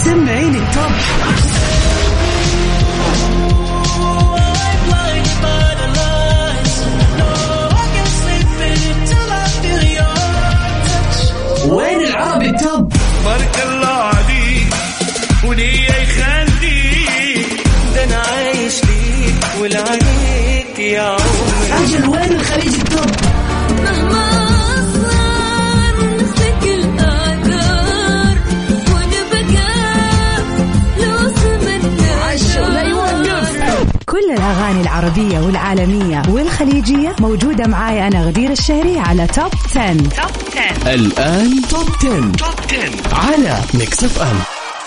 سمعيني التوب. وين العربي التوب؟ بارك الله عليك ولي يخليك، ده انا عايش ليك ولعنيك يا عمري. أجل وين الخليج التوب؟ مهما أصغر نسلك الآثار ونبقى لو سمنا عشو لا يوقف. كل الأغاني العربية والعالمية والخليجية موجودة معايا أنا غدير الشهري على توب 10. الآن توب 10 على ميكس اف ام.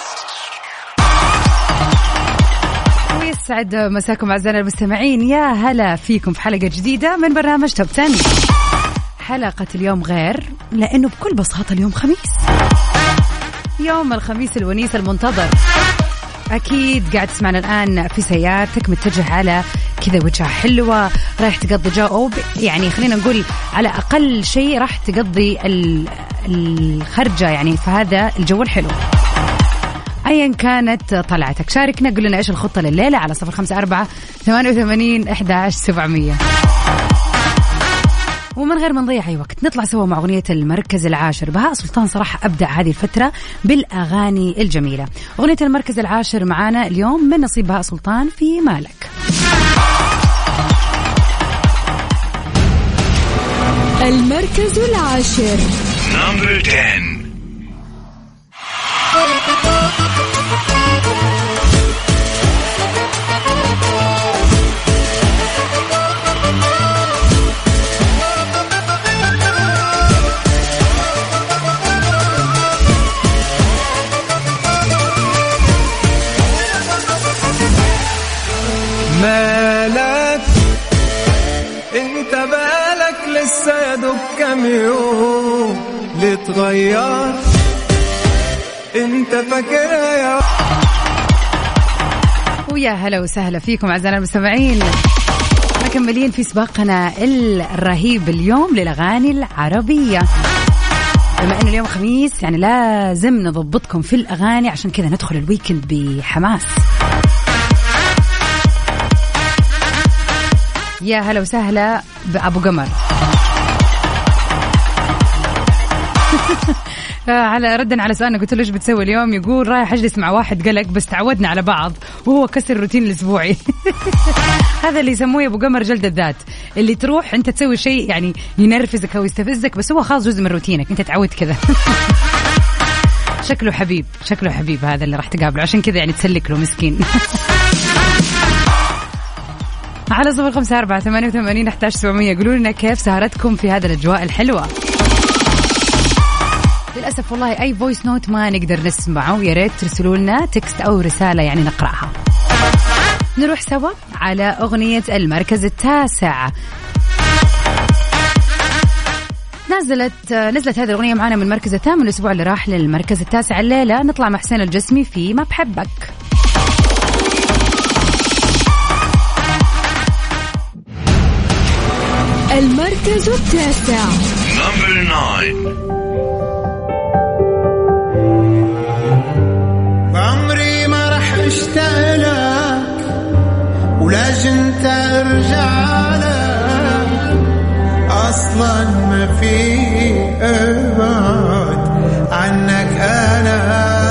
ويسعد مساكم أعزائنا المستمعين، يا هلا فيكم في حلقة جديدة من برنامج توب 10. حلقة اليوم غير لأنه بكل بساطة اليوم خميس، يوم الخميس الونيس المنتظر. أكيد قاعد تسمعنا الآن في سيارتك متجه على كذا وجهة حلوة، رايح تقضي جو، يعني خلينا نقول على أقل شيء راح تقضي الخرجة يعني في هذا الجو الحلو. أيا كانت طلعتك شاركنا، قل لنا إيش الخطة لليلة على 0548811700. ومن غير ما نضيع أي وقت نطلع سوا مع أغنية المركز العاشر. بهاء سلطان صراحة أبدع هذه الفترة بالأغاني الجميلة. أغنية المركز العاشر معانا اليوم من نصيب بهاء سلطان في مالك. المركز العاشر نمبر 10. مالك انت بالك لسه يدوب كم يوم لتغير، انت فاكرها يا ويا هلا وسهلا فيكم أعزائنا المستمعين، مكملين في سباقنا الرهيب اليوم للأغاني العربية. بما أن اليوم خميس يعني لازم نضبطكم في الأغاني، عشان كذا ندخل الويكند بحماس. يا هلا وسهلا بأبو قمر. على ردا على سؤالنا قلت له ايش بتسوي اليوم، يقول رايح اجلس مع واحد قلق بس تعودنا على بعض وهو كسر الروتين الاسبوعي. هذا اللي يسموه ابو قمر جلد الذات، اللي تروح انت تسوي شيء يعني ينرفزك او يستفزك بس هو خلاص جزء من روتينك، انت تعودت كذا. شكله حبيب، شكله حبيب هذا اللي راح تقابله، عشان كذا يعني تسلك له مسكين. على 0548811700 قولوا لنا كيف سهرتكم في هذا الأجواء الحلوة. للأسف والله أي فويس نوت ما نقدر نسمعه، يا ريت ترسلوا لنا تكست أو رسالة يعني نقرأها. نروح سوا على أغنية المركز التاسع. نزلت هذه الأغنية معنا من المركز الثامن الأسبوع اللي راح للمركز التاسع. الليلة نطلع مع حسين الجسمي في ما بحبك. المركز التاسع نمبر 9. عمري ما رح اشتاقلك ولازم ترجع لك، اصلا ما في ابعد عنك انا،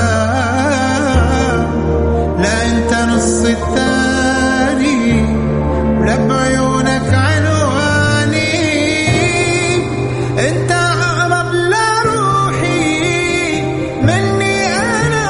لا انت نص الثاني ولا بعيونك عنواني، انت اقرب لروحي مني انا،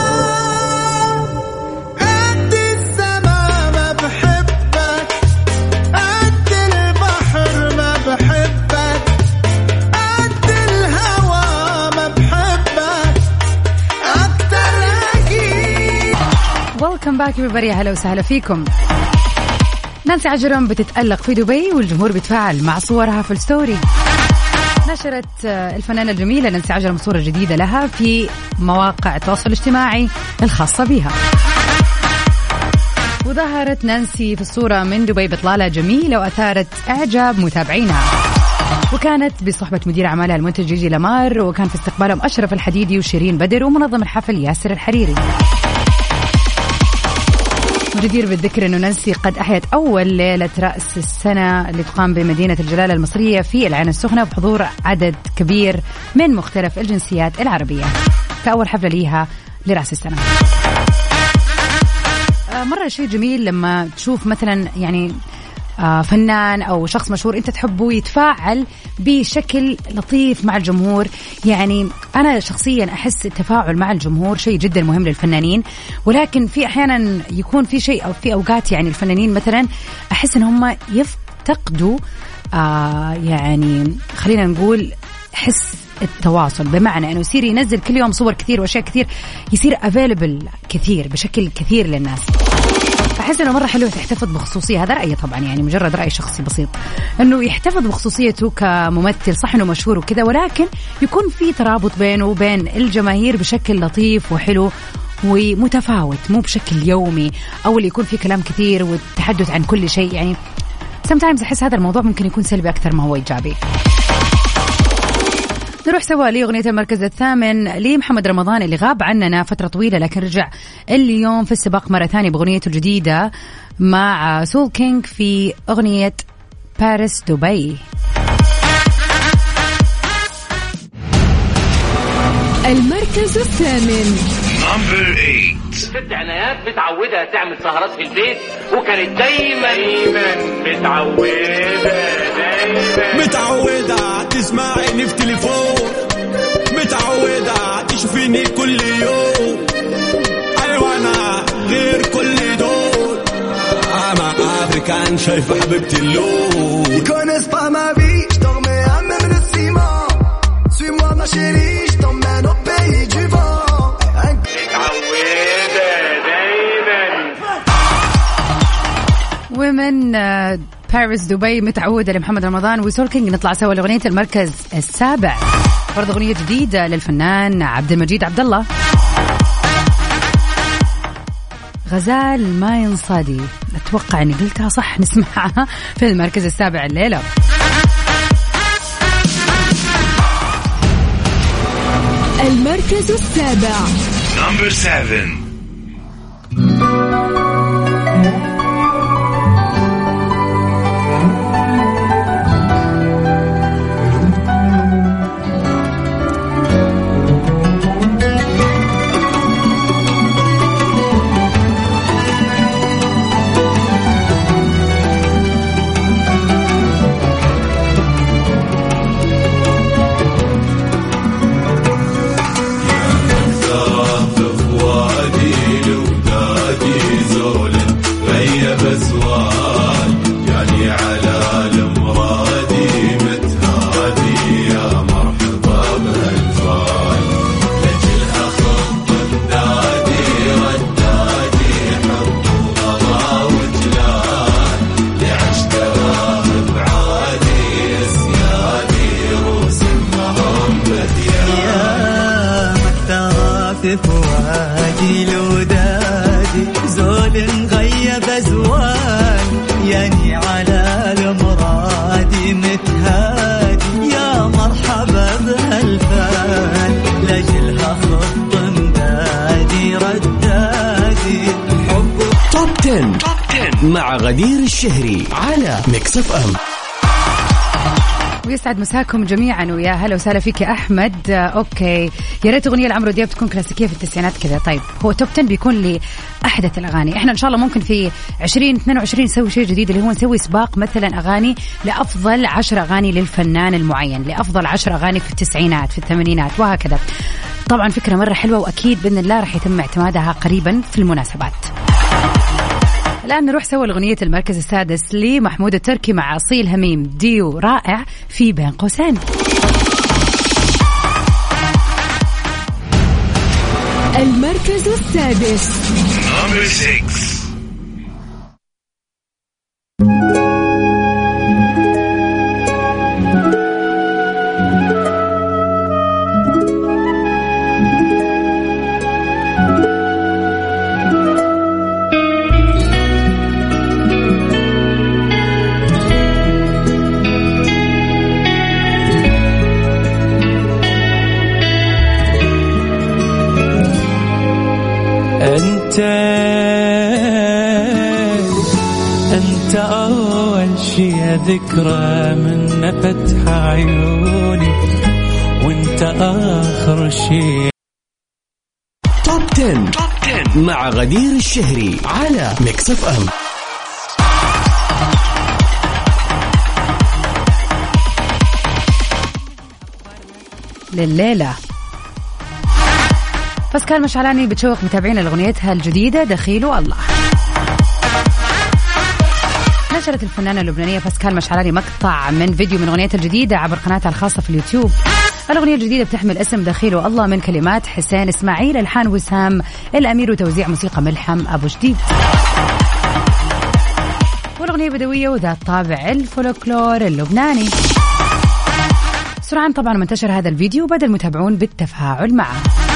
قد السما ما بحبك، قد البحر ما بحبك، قد الهوى ما بحبك اكتر اكيد. ويلكم باك everybody، هلا وسهلا فيكم. نانسي عجرم بتتألق في دبي والجمهور بيتفاعل مع صورها في الستوري. نشرت الفنانة الجميلة نانسي عجرم صورة جديدة لها في مواقع التواصل الاجتماعي الخاصة بها، وظهرت نانسي في الصورة من دبي بإطلالة جميلة وأثارت إعجاب متابعينها. وكانت بصحبة مدير أعمالها المنتج جيجي لامار، وكان في استقبالهم أشرف الحديدي وشيرين بدر ومنظم الحفل ياسر الحريري. جدير بالذكر أنه نانسي قد أحيت أول ليلة رأس السنة اللي تقام بمدينة الجلالة المصرية في العين السخنة بحضور عدد كبير من مختلف الجنسيات العربية كأول حفلة ليها لرأس السنة. مرة شيء جميل لما تشوف مثلا يعني فنان أو شخص مشهور أنت تحبه يتفاعل بشكل لطيف مع الجمهور. يعني أنا شخصيا أحس التفاعل مع الجمهور شيء جدا مهم للفنانين، ولكن في أحيانا يكون في شيء أو في أوقات يعني الفنانين مثلا أحس أن هم يفتقدوا يعني خلينا نقول حس التواصل، بمعنى أنه يصير ينزل كل يوم صور كثير وأشياء كثير، يصير available كثير بشكل كثير للناس. أحس أنه مرة حلو تحتفظ بخصوصية، هذا رأيي طبعا يعني مجرد رأي شخصي بسيط، أنه يحتفظ بخصوصيته كممثل، صح أنه مشهور وكذا، ولكن يكون في ترابط بينه وبين الجماهير بشكل لطيف وحلو ومتفاوت، مو بشكل يومي أو اللي يكون فيه كلام كثير والتحدث عن كل شيء. يعني sometimes أحس هذا الموضوع ممكن يكون سلبي أكثر ما هو إيجابي. نروح سوا لأغنية المركز الثامن لمحمد رمضان اللي غاب عننا فترة طويلة، لكن رجع اليوم في السباق مرة ثانية بأغنيته الجديدة مع سول كينج في أغنية باريس دبي. المركز الثامن. Number 8. ست عنايات متعودة تعمل سهرات في البيت، وكانت دايما متعودة تسمعيني في تليفون، متعودة تشوفيني كل يوم. أيوة أنا غير كل دول، أنا أفريكان شايفة حبيبتي اللون. Connaissent pas ma vie, je dormais à même le ciment. Suis-moi ma chérie, je t'emmène au pays du vent. ومن باريس دبي متعودة لمحمد رمضان وسول كينج نطلع سوا لأغنية المركز السابع، برضه أغنية جديدة للفنان عبد المجيد عبد الله، غزال ما ينصادي. أتوقع أني قلتها صح، نسمعها في المركز السابع الليلة. المركز السابع. Number 7. فؤادي لودادي زول غيب أزوال، يعني على المرادي متهادي، يا مرحبا بهالفال، لجلها خط مدادي ردادي حب. توب 10 مع غدير الشهري على ميكس اف ام. ويسعد مساكم جميعا ويا هلا وسهلا فيك يا احمد. اوكي، يا ريت اغنيه لعمرو دياب تكون كلاسيكيه في التسعينات كذا. طيب هو توب 10 بيكون لاحدث الاغاني. احنا ان شاء الله ممكن في 2022 نسوي شيء جديد اللي هو نسوي سباق مثلا اغاني لافضل 10 اغاني للفنان المعين، لافضل 10 اغاني في التسعينات في الثمانينات وهكذا. طبعا فكره مره حلوه واكيد باذن الله راح يتم اعتمادها قريبا في المناسبات. الآن نروح سوا لأغنية المركز السادس لمحمود التركي مع أصيل هميم، ديو رائع في بين قوسين. المركز السادس. Number 6. أنت أول شي ذكرى من فتح عيوني، وأنت آخر شي. توب 10 مع غدير الشهري على ميكس اف ام. لليلة باسكال مشعلاني بتشوق متابعينا لأغنيتها الجديدة دخيل والله. نشرت الفنانة اللبنانية باسكال مشعلاني مقطع من فيديو من أغنيتها الجديدة عبر قناتها الخاصة في اليوتيوب. الأغنية الجديدة بتحمل اسم دخيل والله من كلمات حسين إسماعيل، ألحان وسام الأمير، وتوزيع موسيقى ملحم أبو جديد. والأغنية بدوية وذات طابع الفولكلور اللبناني. سرعان طبعا منتشر هذا الفيديو بدأ المتابعون بالتفاعل معه.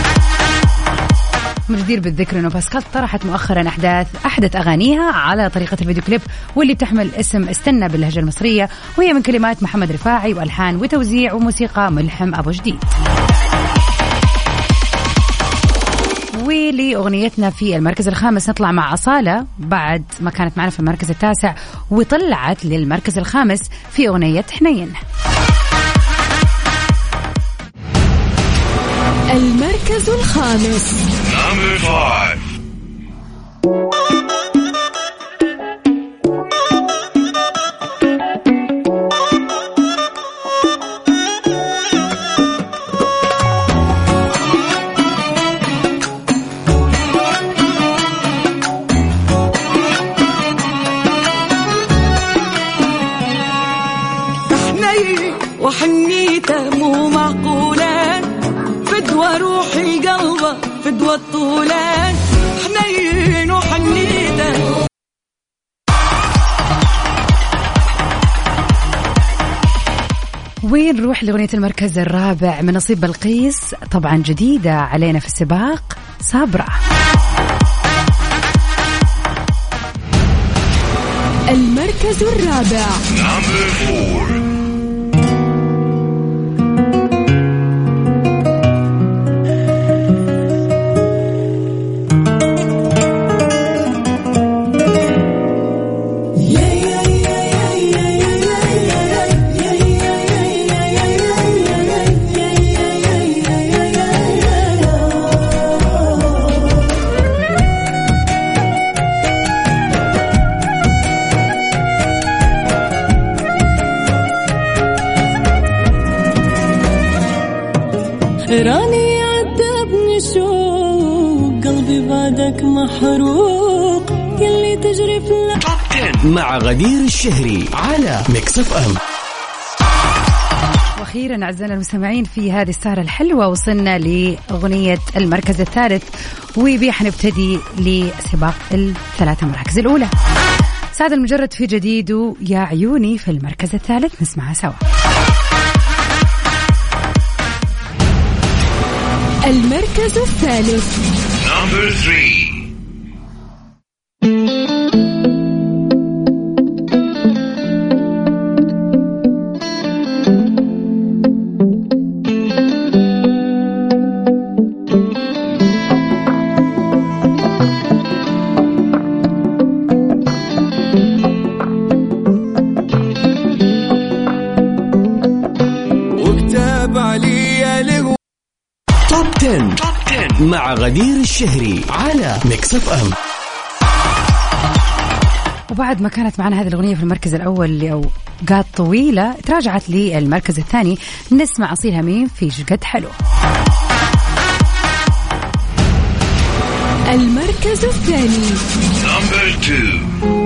من الجدير بالذكر أنه باسكال طرحت مؤخرا أحدث أغانيها على طريقة الفيديو كليب، واللي بتحمل اسم استنى باللهجة المصرية، وهي من كلمات محمد رفاعي وألحان وتوزيع وموسيقى ملحم أبو جديد. ولأغنيتنا في المركز الخامس نطلع مع أصالة بعد ما كانت معنا في المركز التاسع، وطلعت للمركز الخامس في أغنية حنين. المركز الخامس. Number 5. حنين وحنيته مو معقولة، فدوى روحي قلبه فدوى الطولان، حنين وحنيته. وين نروح لأغنية المركز الرابع من نصيب بلقيس، طبعا جديدة علينا في السباق، صابرة. المركز الرابع. Number 4. راني عذبني شوق قلبي بعدك محروق يلي تجري في توب 10 مع غدير الشهري على ميكس اف ام. واخيرا اعزائنا المستمعين في هذه السهرة الحلوة وصلنا لأغنية المركز الثالث، وبيه حنبتدي لسباق الثلاثة مراكز الأولى. سعد المجرد في جديد يا عيوني في المركز الثالث، نسمعها سوا. المركز الثالث. Number 3. وكتاب علي له توب 10 مع غدير الشهري على ميكس اف ام. وبعد ما كانت معنا هذه الأغنية في المركز الأول لأوقات طويلة، تراجعت للمركز الثاني. نسمع أصيل هميم في شقد حلو. المركز الثاني. Number 2.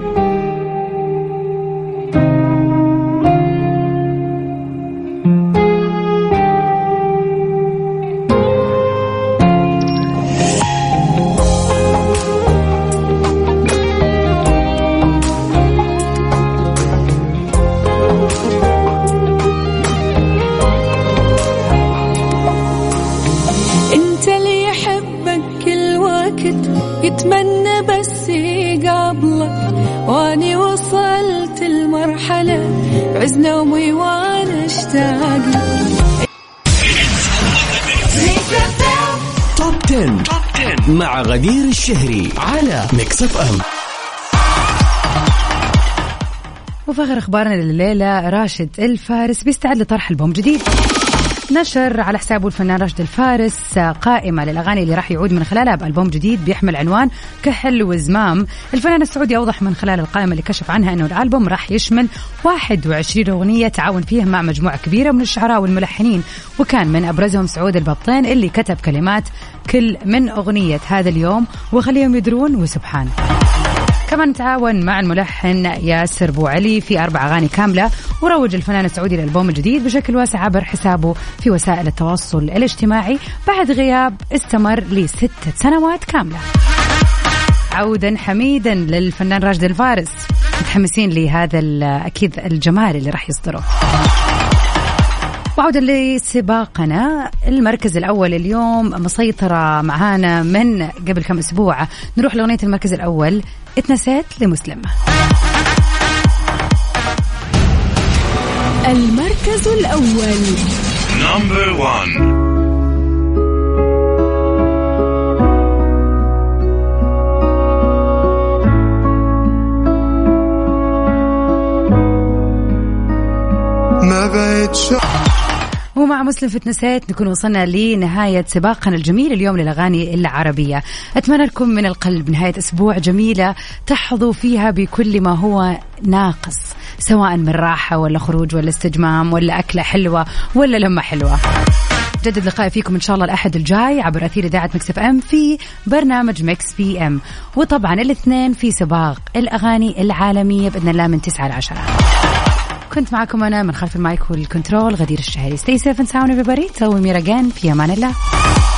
يتمنى بس يقابلك، واني وصلت المرحلة بعز نومي وانا اشتاق لك. توب 10 مع غدير الشهري على ميكس اف ام. وفخر اخبارنا الليله راشد الفارس بيستعد لطرح ألبوم جديد. نشر على حسابه الفنان راشد الفارس قائمة للأغاني اللي راح يعود من خلالها بألبوم جديد بيحمل عنوان كحل وزمام. الفنان السعودي أوضح من خلال القائمة اللي كشف عنها أنه الألبوم راح يشمل 21 أغنية تعاون فيها مع مجموعة كبيرة من الشعراء والملحنين، وكان من أبرزهم سعود البطين اللي كتب كلمات كل من أغنية هذا اليوم وخليهم يدرون وسبحان. كمان تعاون مع الملحن ياسر بوعلي في 4 أغاني كاملة. وروج الفنان السعودي للألبوم الجديد بشكل واسع عبر حسابه في وسائل التواصل الاجتماعي بعد غياب استمر ل6 سنوات كاملة. عودا حميدا للفنان راشد الفارس، متحمسين لهذا أكيد الجمال اللي راح يصدره. وعودا لسباقنا، المركز الأول اليوم مسيطرة معانا من قبل كم أسبوع. نروح لأغنية المركز الأول اتنسيت لمسلم. المركز الأول Number 1. ما بقتش. ومع مسلم في اتنسيت نكون وصلنا لنهاية سباقنا الجميل اليوم للأغاني العربية. أتمنى لكم من القلب نهاية أسبوع جميلة تحظوا فيها بكل ما هو ناقص، سواء من راحة ولا خروج ولا استجمام ولا أكلة حلوة ولا لمة حلوة. جدد لقائي فيكم إن شاء الله الأحد الجاي عبر أثير إذاعة ميكس اف ام في برنامج ميكس بي ام، وطبعا الاثنين في سباق الأغاني العالمية بإذن الله من 9 ل 10. كنت معكم أنا من خلف المايك والكنترول غدير الشهري. Stay safe and sound everybody. Till we meet again. في أمان الله.